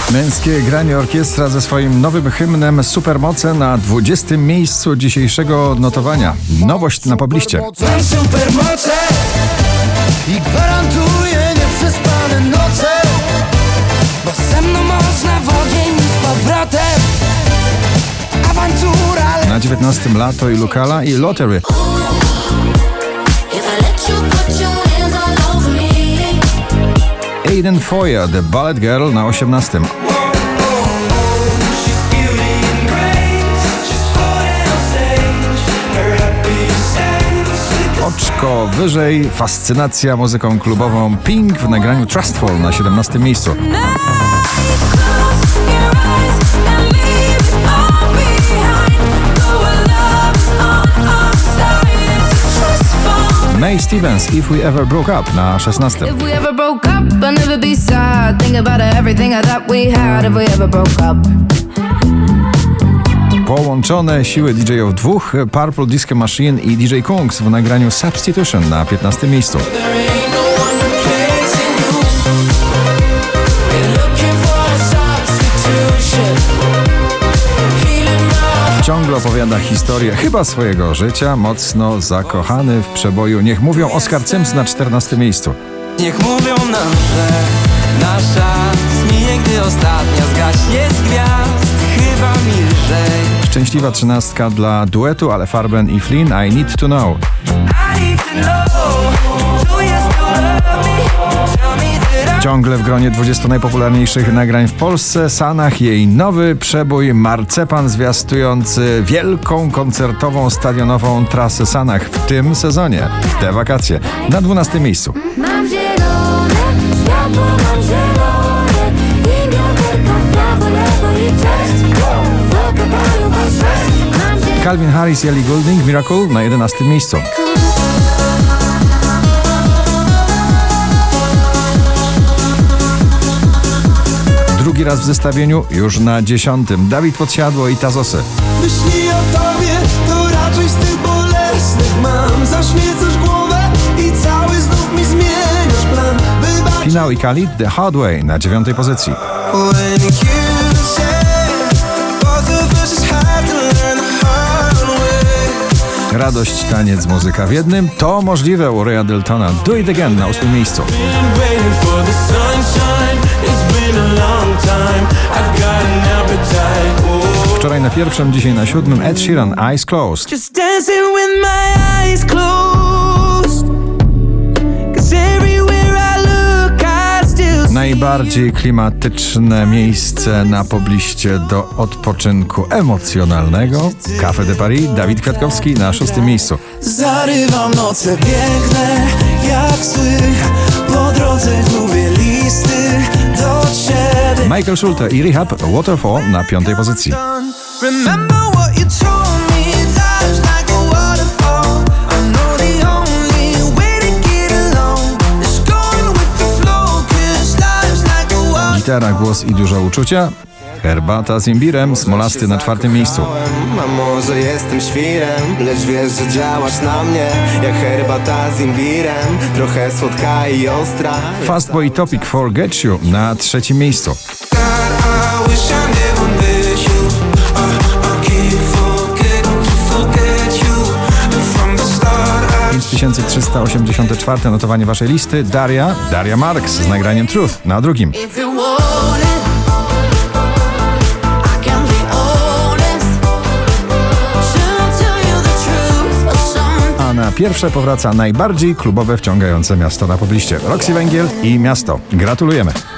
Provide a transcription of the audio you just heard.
Męskie granie orkiestra ze swoim nowym hymnem Supermoce na 20. miejscu dzisiejszego notowania. Nowość na pobliście. Mam supermoce i gwarantuję nieprzespane noce, bo ze mną można w ogień z powrotem. Awantura. Na 19. Lato i Lukala i Lottery. Aiden Foyer, The Ballet Girl na 18. Oczko wyżej, fascynacja muzyką klubową Pink w nagraniu Trustful na 17. miejscu. Mae Stevens, If We Ever Broke Up na 16. Połączone siły DJ-ów dwóch, Purple Disco Machine i DJ Kungs w nagraniu Substitution na 15. miejscu. Ciągle opowiada historię chyba swojego życia, mocno zakochany w przeboju Niech mówią Oscar Sims na 14. miejscu. Niech mówią nam, że nasza zminie, gdy ostatnia zgaśnie z gwiazd, chyba mi lżej. Szczęśliwa 13 dla duetu Ale Farben i Flynn, I Need to Know. Ciągle w gronie 20 najpopularniejszych nagrań w Polsce, Sanach jej nowy przebój Marcepan zwiastujący wielką koncertową stadionową trasę Sanach w tym sezonie, w te wakacje, na 12. miejscu. Mam zielone światło, mam zielone i wiaterka w prawo, lewo i cześć. Zakatają po sześć. Calvin Harris i Ellie Goulding, Miracle na 11. miejscu. Drugi raz w zestawieniu, już na 10. Dawid Podsiadło i Tazosy. Myśli o tobie, to raczej z tych bolesnych mam. Zaśmiecasz głowę i cały znów mi zmieniasz plan. Wybacz. Finał i Khalid, The Hard Way na 9. pozycji. Radość, taniec, muzyka w jednym to możliwe u Raya Deltona. Do It Again na 8. miejscu. Wczoraj na 1, dzisiaj na 7. Ed Sheeran, Eyes Closed. Najbardziej klimatyczne miejsce na pobliście do odpoczynku emocjonalnego. Café de Paris, Dawid Kwiatkowski na 6. miejscu. Zarywam noce, biegnę jak zły, po drodze gubię listy do ciebie. Michael Schulte i Rehab, Waterfall na 5. pozycji. Remember what you told me, life's like a waterfall. I know the only way to get along is going with the flow, 'cause life's like a waterfall. Gitara, głos i dużo uczucia. Herbata z imbirem, Smolasty na 4. miejscu. A może jestem świrem, lecz wiesz, że działasz na mnie jak herbata z imbirem, trochę słodka i ostra. Fastboy Topic Forget You na 3. miejscu. 5384 notowanie waszej listy. Daria Marks z nagraniem Truth na 2. A na 1 powraca najbardziej klubowe, wciągające miasto na pobliście. Roxy Węgiel i Miasto. Gratulujemy.